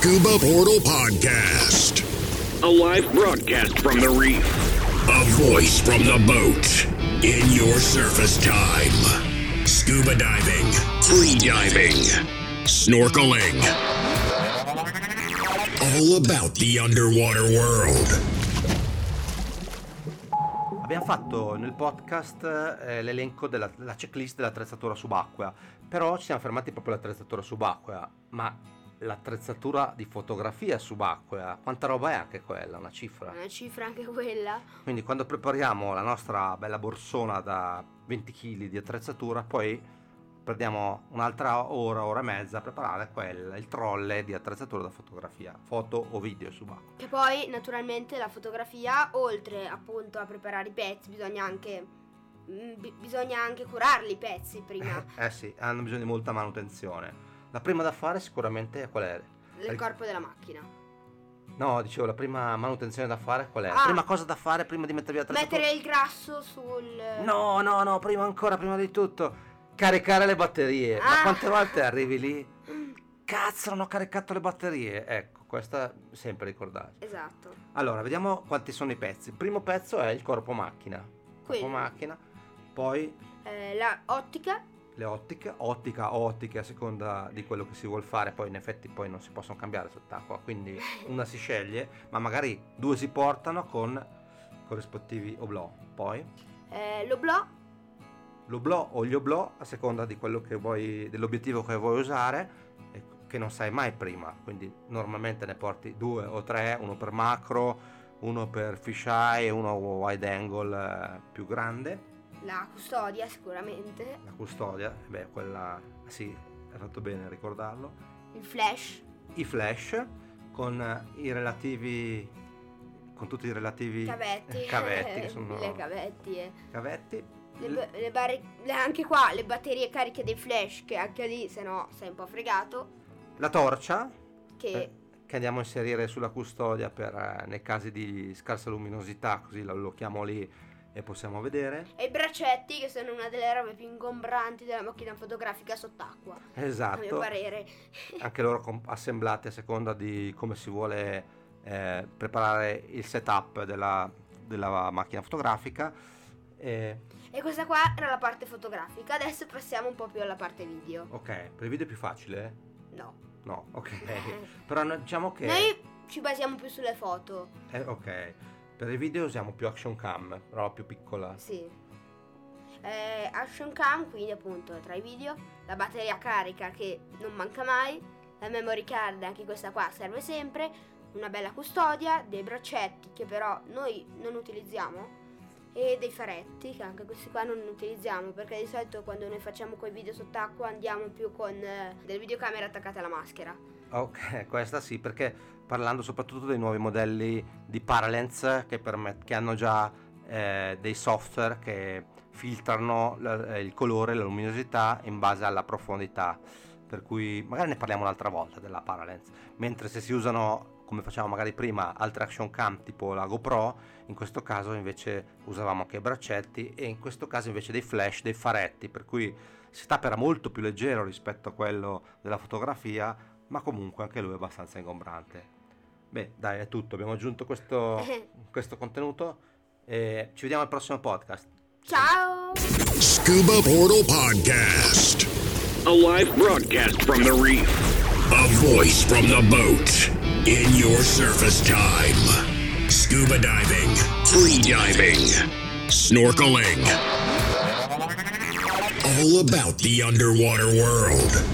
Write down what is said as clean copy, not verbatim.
Scuba Portal Podcast. A live broadcast from the reef. A voice from the boat. In your surface time. Scuba diving. Free diving. Snorkeling. All about the underwater world. Abbiamo fatto nel podcast l'elenco della checklist dell'attrezzatura subacquea, però ci siamo fermati proprio all'attrezzatura subacquea, ma l'attrezzatura di fotografia subacquea, quanta roba è anche quella, una cifra? Una cifra anche quella. Quindi quando prepariamo la nostra bella borsona da 20 kg di attrezzatura, poi perdiamo un'altra ora e mezza a preparare il trolley di attrezzatura da fotografia, foto o video subacquea. Che poi naturalmente la fotografia, oltre appunto a preparare i pezzi, bisogna anche curarli i pezzi prima. Sì, hanno bisogno di molta manutenzione. La prima da fare sicuramente qual è? Il corpo della macchina. No, dicevo, la prima manutenzione da fare qual è? La prima cosa da fare prima di mettervi l'attrezzatura? Mettere il grasso sul... No, prima di tutto caricare le batterie. Ma quante volte arrivi lì? Cazzo, non ho caricato le batterie. Ecco, questa sempre ricordate. Esatto. Allora, vediamo quanti sono i pezzi. Il primo pezzo è il corpo macchina. Poi la ottica. Le ottica a seconda di quello che si vuol fare, poi in effetti poi non si possono cambiare sott'acqua, quindi una si sceglie, ma magari due si portano con corrispettivi oblò. Poi l'oblò o gli oblò a seconda di quello che vuoi, dell'obiettivo che vuoi usare, e che non sai mai prima, quindi normalmente ne porti 2 o 3, uno per macro, uno per fisheye, uno wide angle più grande. La custodia sicuramente. La custodia, quella sì, hai fatto bene a ricordarlo. Il flash. I flash con tutti i relativi cavetti che sono le cavetti. Cavetti. Anche qua le batterie cariche dei flash, che anche lì se no sei un po' fregato. La torcia che andiamo a inserire sulla custodia per nei casi di scarsa luminosità, così lo chiamo lì e possiamo vedere. E i braccetti, che sono una delle robe più ingombranti della macchina fotografica sott'acqua. Esatto. A mio parere. Anche loro assemblati a seconda di come si vuole preparare il setup della macchina fotografica. E questa qua era la parte fotografica. Adesso passiamo un po' più alla parte video. Ok, per il video è più facile? No, ok. Però diciamo che noi ci basiamo più sulle foto. Ok. Per i video usiamo più action cam, roba più piccola. Sì. Action cam, quindi appunto tra i video, la batteria carica che non manca mai, la memory card, anche questa qua serve sempre, una bella custodia, dei braccetti che però noi non utilizziamo, e dei faretti che anche questi qua non utilizziamo, perché di solito quando noi facciamo quei video sott'acqua andiamo più con delle videocamere attaccate alla maschera. Ok, questa sì, perché parlando soprattutto dei nuovi modelli di Paralens che hanno già dei software che filtrano il colore e la luminosità in base alla profondità, per cui magari ne parliamo un'altra volta della Paralens. Mentre se si usano, come facciamo magari prima, altre action cam tipo la GoPro, in questo caso invece usavamo anche i braccetti, e in questo caso invece dei flash, dei faretti, per cui il setup era molto più leggero rispetto a quello della fotografia, ma comunque anche lui è abbastanza ingombrante. Beh, dai, è tutto, abbiamo aggiunto questo contenuto e ci vediamo al prossimo podcast. Ciao! Scuba Portal Podcast. A live broadcast from the reef. A voice from the boat. In your surface time. Scuba diving. Free diving. Snorkeling. All about the underwater world.